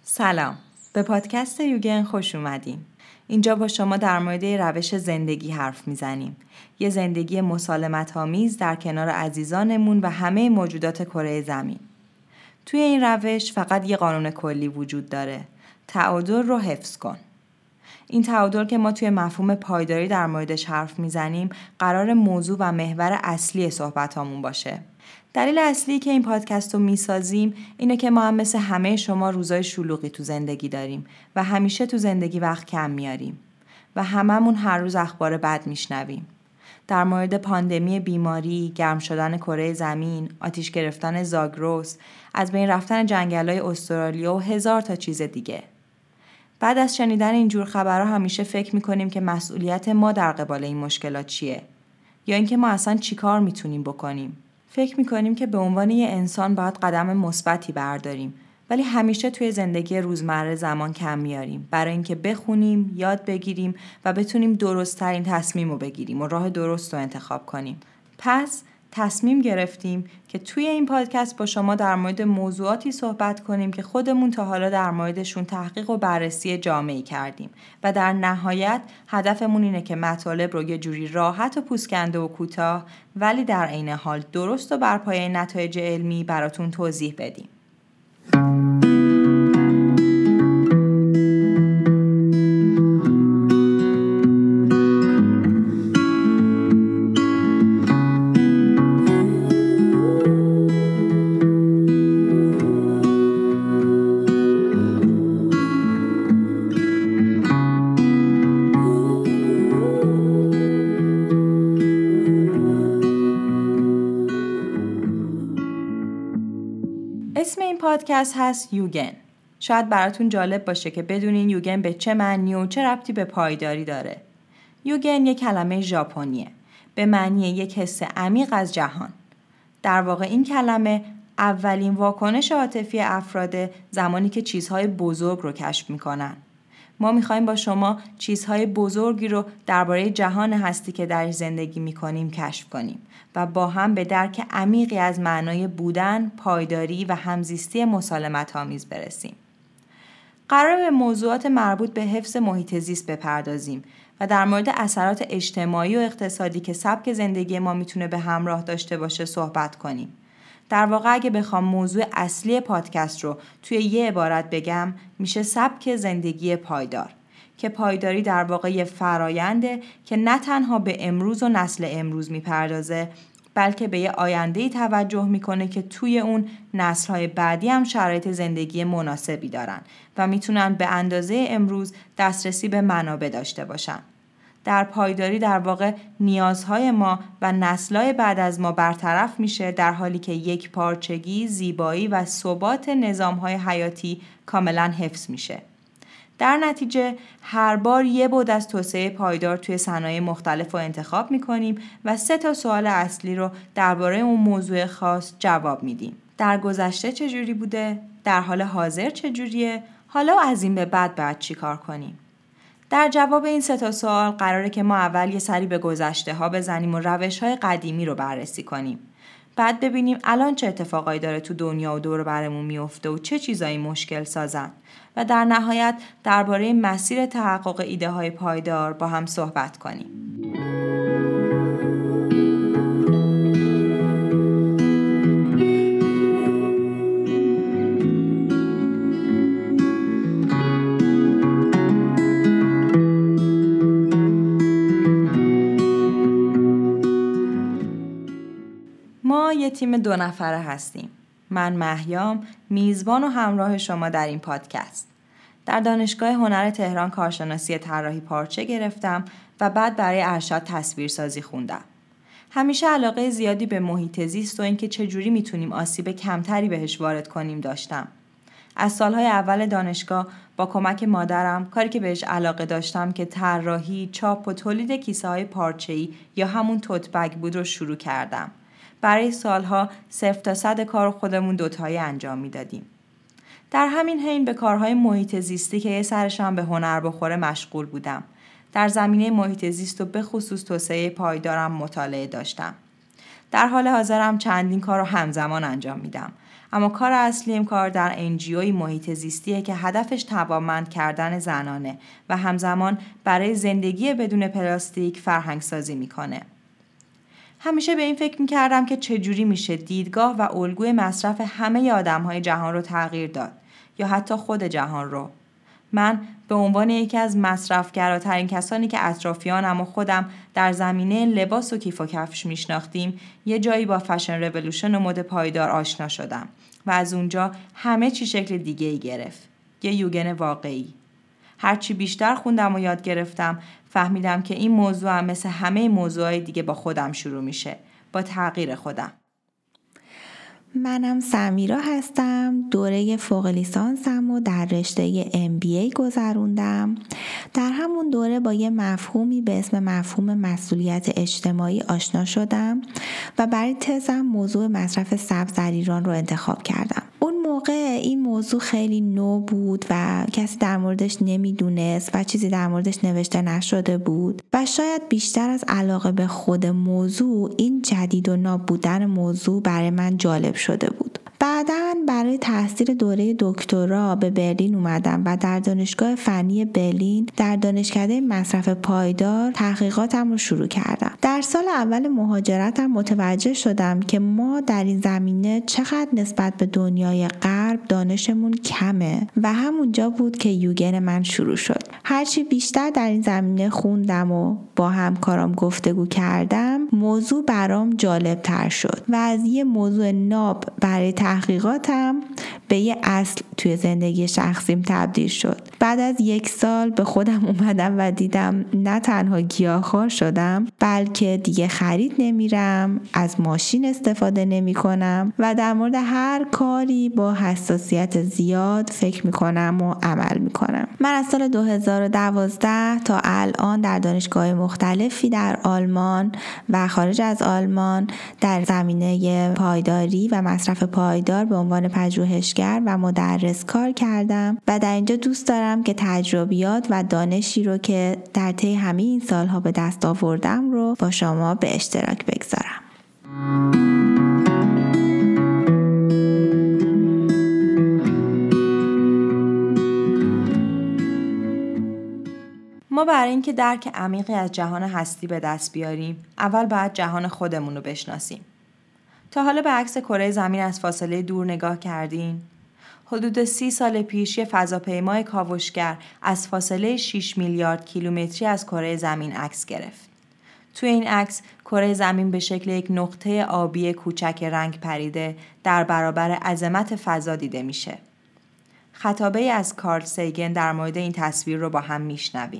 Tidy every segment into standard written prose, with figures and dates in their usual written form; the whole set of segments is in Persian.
سلام، به پادکست یوگن خوش اومدین. اینجا با شما در مورد روش زندگی حرف میزنیم. یه زندگی مسالمت‌آمیز در کنار عزیزانمون و همه موجودات کره زمین. توی این روش فقط یه قانون کلی وجود داره. تعادل رو حفظ کن. این تعادل که ما توی مفهوم پایداری در موردش حرف میزنیم، قرار موضوع و محور اصلی صحبتامون باشه. دلیل اصلی که این پادکست رو میسازیم اینه که ما هم مثل همه شما روزای شلوغی تو زندگی داریم و همیشه تو زندگی وقت کم میاریم و هممون هر روز اخبار بد میشنویم. در مورد پاندمی بیماری، گرم شدن کره زمین، آتش گرفتن زاگرس، از بین رفتن جنگل‌های استرالیا و هزار تا چیز دیگه. بعد از شنیدن اینجور خبرها همیشه فکر میکنیم که مسئولیت ما در قبال این مشکلات چیه؟ یا اینکه ما اصلا چی کار میتونیم بکنیم؟ فکر میکنیم که به عنوان یه انسان باید قدم مثبتی برداریم، ولی همیشه توی زندگی روزمره زمان کم میاریم برای اینکه بخونیم، یاد بگیریم و بتونیم درست‌ترین تصمیم رو بگیریم و راه درست رو انتخاب کنیم. پس تصمیم گرفتیم که توی این پادکست با شما در مورد موضوعاتی صحبت کنیم که خودمون تا حالا در موردشون تحقیق و بررسی جامعی کردیم و در نهایت هدفمون اینه که مطالب رو یه جوری راحت و پوسکنده و کوتاه ولی در عین حال درست و بر پایه نتایج علمی براتون توضیح بدیم. اسم این پادکست هست یوگن. شاید براتون جالب باشه که بدونین یوگن به چه معنی و چه ربطی به پایداری داره. یوگن یک کلمه ژاپنیه. به معنی یک حس عمیق از جهان. در واقع این کلمه اولین واکنش عاطفی افراده زمانی که چیزهای بزرگ رو کشف میکنن. ما میخوایم با شما چیزهای بزرگی رو درباره جهان هستی که درش زندگی میکنیم کشف کنیم و با هم به درک عمیقی از معنای بودن، پایداری و همزیستی مسالمت‌آمیز برسیم. قرار به موضوعات مربوط به حفظ محیط زیست بپردازیم و در مورد اثرات اجتماعی و اقتصادی که سبک زندگی ما میتونه به همراه داشته باشه صحبت کنیم. در واقع اگه بخوام موضوع اصلی پادکست رو توی یه عبارت بگم میشه سبک زندگی پایدار که پایداری در واقع یه فراینده که نه تنها به امروز و نسل امروز میپردازه بلکه به یه آینده‌ای توجه میکنه که توی اون نسل‌های بعدی هم شرایط زندگی مناسبی دارن و میتونن به اندازه امروز دسترسی به منابع داشته باشن. در پایداری در واقع نیازهای ما و نسل‌های بعد از ما برطرف میشه در حالی که یک پارچگی، زیبایی و ثبات نظام‌های حیاتی کاملاً حفظ میشه. در نتیجه هر بار یه بعد از توسعه پایدار توی صنایع مختلف رو انتخاب میکنیم و 3 سوال اصلی رو درباره اون موضوع خاص جواب میدیم. در گذشته چجوری بوده؟ در حال حاضر چجوریه؟ حالا از این به بعد باید چی کار کنیم؟ در جواب این 3 سوال قراره که ما اول یه سری به گذشته ها بزنیم و روش های قدیمی رو بررسی کنیم. بعد ببینیم الان چه اتفاقایی داره تو دنیا و دور برمون میفته و چه چیزایی مشکل سازن و در نهایت درباره مسیر تحقق ایده های پایدار با هم صحبت کنیم. ما یه تیم 2 نفره هستیم. من مهیام، میزبان و همراه شما در این پادکست. در دانشگاه هنر تهران کارشناسی طراحی پارچه گرفتم و بعد برای ارشد تصویرسازی خوندم. همیشه علاقه زیادی به محیط زیست و اینکه چجوری میتونیم آسیب کمتری بهش وارد کنیم داشتم. از سالهای اول دانشگاه با کمک مادرم کاری که بهش علاقه داشتم که طراحی، چاپ و تولید کیسه‌های پارچه‌ای یا همون توت بگ بود رو شروع کردم. برای سالها 0 تا 100 کار خودمون دوتایی انجام میدادیم. در همین حین به کارهای محیط زیستی که یه سرشان به هنر بخوره مشغول بودم. در زمینه محیط زیست و به خصوص توسعه پایدارم مطالعه داشتم. در حال حاضرم چندین کار رو همزمان انجام میدم. اما کار اصلیم کار در NGOی محیط زیستیه که هدفش توانمند کردن زنانه و همزمان برای زندگی بدون پلاستیک فرهنگ سازی میکنه. همیشه به این فکر میکردم که چجوری میشه دیدگاه و الگوی مصرف همه آدمهای جهان رو تغییر داد یا حتی خود جهان رو. من به عنوان یکی از مصرفگراترین کسانی که اطرافیانم و خودم در زمینه لباس و کیف و کفش میشناختیم یه جایی با فشن رولوشن و مد پایدار آشنا شدم و از اونجا همه چی شکل دیگه‌ای گرفت. یه یوگن واقعی. هرچی بیشتر خوندم و یاد گرفتم فهمیدم که این موضوع هم مثل همه موضوعای دیگه با خودم شروع میشه. با تغییر خودم. منم سمیرا هستم. دوره فوق لیسانسم و در رشته MBA گذروندم. در همون دوره با یه مفهومی به اسم مفهوم مسئولیت اجتماعی آشنا شدم و برای تزم موضوع مصرف سبز در ایران رو انتخاب کردم. اون موقع این موضوع خیلی نو بود و کسی در موردش نمیدونست و چیزی در موردش نوشته نشده بود و شاید بیشتر از علاقه به خود موضوع این جدید و ناب بودن موضوع برای من جالب شده بود. بعداً برای تحصیل دوره دکترا به برلین اومدم و در دانشگاه فنی برلین در دانشکده مصرف پایدار تحقیقاتم رو شروع کردم. در سال اول مهاجرتم متوجه شدم که ما در این زمینه چقدر نسبت به دنیای غرب دانشمون کمه و همونجا بود که یوگن من شروع شد. هرچی بیشتر در این زمینه خوندم و با همکارام گفتگو کردم موضوع برام جالب تر شد و از یه موضوع ناب برای تحقیقاتم به یه اصل توی زندگی شخصیم تبدیل شد. بعد از 1 سال به خودم اومدم و دیدم نه تنها گیاهخوار شدم بلکه دیگه خرید نمیرم، از ماشین استفاده نمی کنم و در مورد هر کاری با حساسیت زیاد فکر می کنم و عمل می کنم. من از سال 2012 تا الان در دانشگاه مختلفی در آلمان و خارج از آلمان در زمینه پایداری و مصرف پایدار به عنوان پژوهشگر و مدرس کار کردم و در اینجا دوست دارم که تجربیات و دانشی رو که در طی همه این سالها به دست آوردم رو با شما به اشتراک بگذارم. ما برای اینکه درک عمیقی از جهان هستی به دست بیاریم، اول باید جهان خودمون رو بشناسیم. تا حالا به عکس کره زمین از فاصله دور نگاه کردین؟ حدود 30 سال پیش یه فضاپیمای کاوشگر از فاصله 6 میلیارد کیلومتری از کره زمین عکس گرفت. توی این عکس کره زمین به شکل یک نقطه آبی کوچک رنگ پریده در برابر عظمت فضا دیده میشه. خطابه‌ای از کارل سیگن در مورد این تصویر رو با هم میشنویم.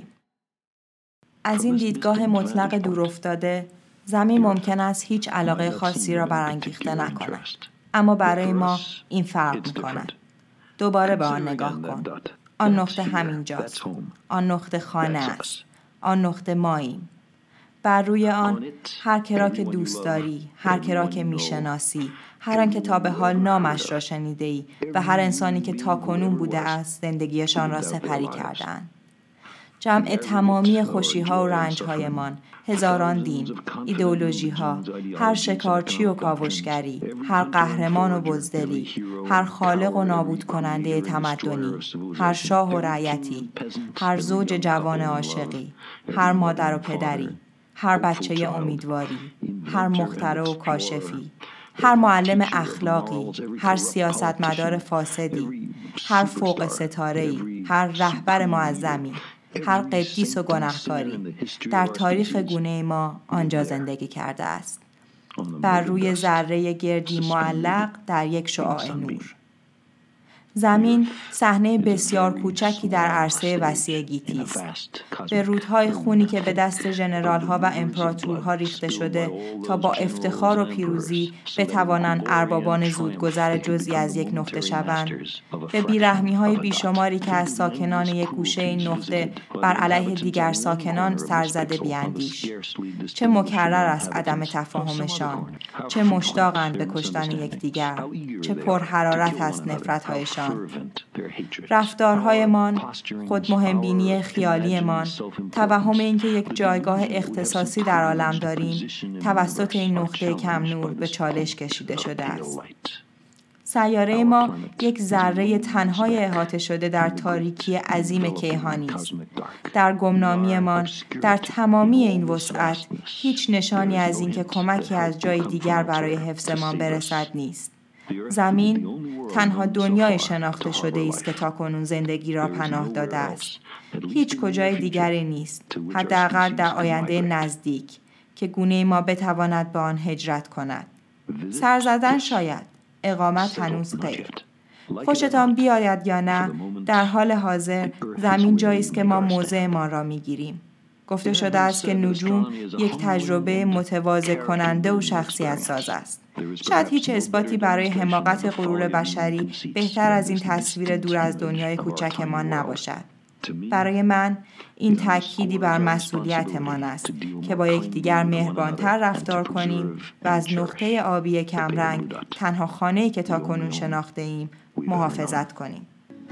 از این دیدگاه مطلق دورافتاده، زمین ممکن است هیچ علاقه خاصی را برانگیخته نکند. اما برای ما این فرق می‌کند. دوباره به آن نگاه کن. آن نقطه همینجاست. آن نقطه خانه است. آن نقطه ماییم. بر روی آن هر کرا که دوست داری، هر کرا که میشناسی، هر آن که تا به حال نامش را شنیده‌ای و هر انسانی که تاکنون بوده است زندگیشان را سپری کردند. جمع تمامی خوشی‌ها و رنج‌هایمان، هزاران دین، ایدئولوژی‌ها، هر شکارچی و کاوشگری، هر قهرمان و بزدلی، هر خالق و نابود کننده تمدنی، هر شاه و رعیتی، هر زوج جوان عاشقی، هر مادر و پدری، هر بچه امیدواری، هر مخترع و کاشفی، هر معلم اخلاقی، هر سیاستمدار فاسدی، هر فوق ستاره‌ای، هر رهبر معظمی، هر قدیس و گناهکاری در تاریخ گونه ما آنجا زندگی کرده است. بر روی ذره گردی معلق در یک شعاع نور. زمین صحنه بسیار کوچکی در عرصه وسیع گیتی است. به رودهای خونی که به دست ژنرال‌ها و امپراتورها ریخته شده تا با افتخار و پیروزی بتوانند اربابان زودگذر جزئی از یک نقطه شوند. به بیرحمی‌های بیشماری که از ساکنان یک گوشه این نقطه بر علیه دیگر ساکنان سرزده بیاندیش. چه مکرر است عدم تفاهمشان، چه مشتاقند به کشتن یکدیگر، چه پرحرارت است نفرت‌هایشان. رفتارهایمان، خودمهمبینی خیالیمان، توهم اینکه یک جایگاه اختصاصی در عالم داریم، توسط این نقطه کم نور به چالش کشیده شده است. سیاره ما یک ذره تنهای احاطه شده در تاریکی عظیم کیهانی است. در گمنامیمان، در تمامی این وسعت، هیچ نشانی از اینکه کمکی از جای دیگر برای حفظمان برسد نیست. زمین تنها دنیای شناخته شده است که تاکنون زندگی را پناه داده است. هیچ کجای دیگری نیست، حداقل در آینده نزدیک، که گونه ما بتواند به آن هجرت کند. سر زدن شاید، اقامت هنوز غیر. خوشتان بیاید یا نه، در حال حاضر زمین جایی است که ما موضعمان را میگیریم. گفته شده است که نجوم یک تجربه متواضع کننده و شخصیت ساز است. شاید هیچ اثباتی برای حماقت غرور بشری بهتر از این تصویر دور از دنیای کوچکمان نباشد. برای من این تأکیدی بر مسئولیتمان است که با یکدیگر مهربانتر رفتار کنیم و از نقطه آبی کمرنگ، تنها خانه‌ای که تاکنون شناخته ایم، محافظت کنیم.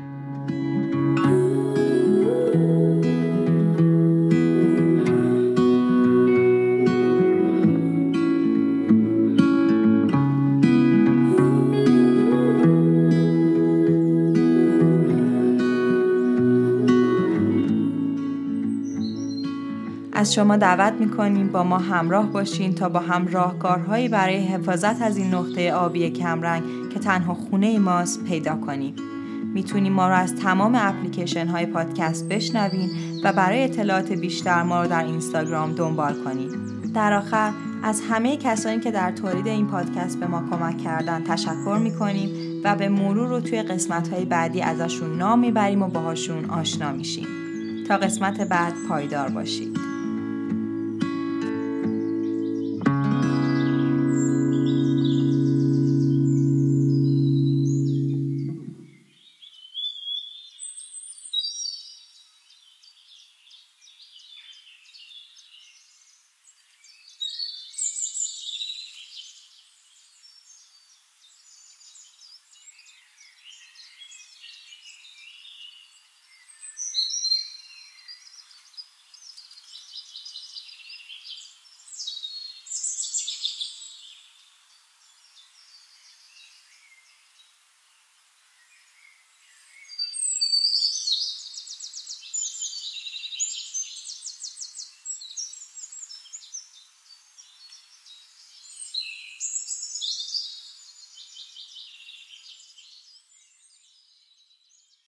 از شما دعوت می‌کنیم با ما همراه باشین تا با هم راهکارهایی برای حفاظت از این نقطه آبی کمرنگ که تنها خونه ماست پیدا کنیم. میتونیم ما رو از تمام اپلیکیشن های پادکست بشنوین و برای اطلاعات بیشتر ما رو در اینستاگرام دنبال کنین. در آخر از همه کسانی که در تولید این پادکست به ما کمک کردن تشکر می‌کنیم و به مرور رو توی قسمت‌های بعدی ازشون نام میبریم و باهاشون آشنا میشیم. تا قسمت بعد پایدار باشید.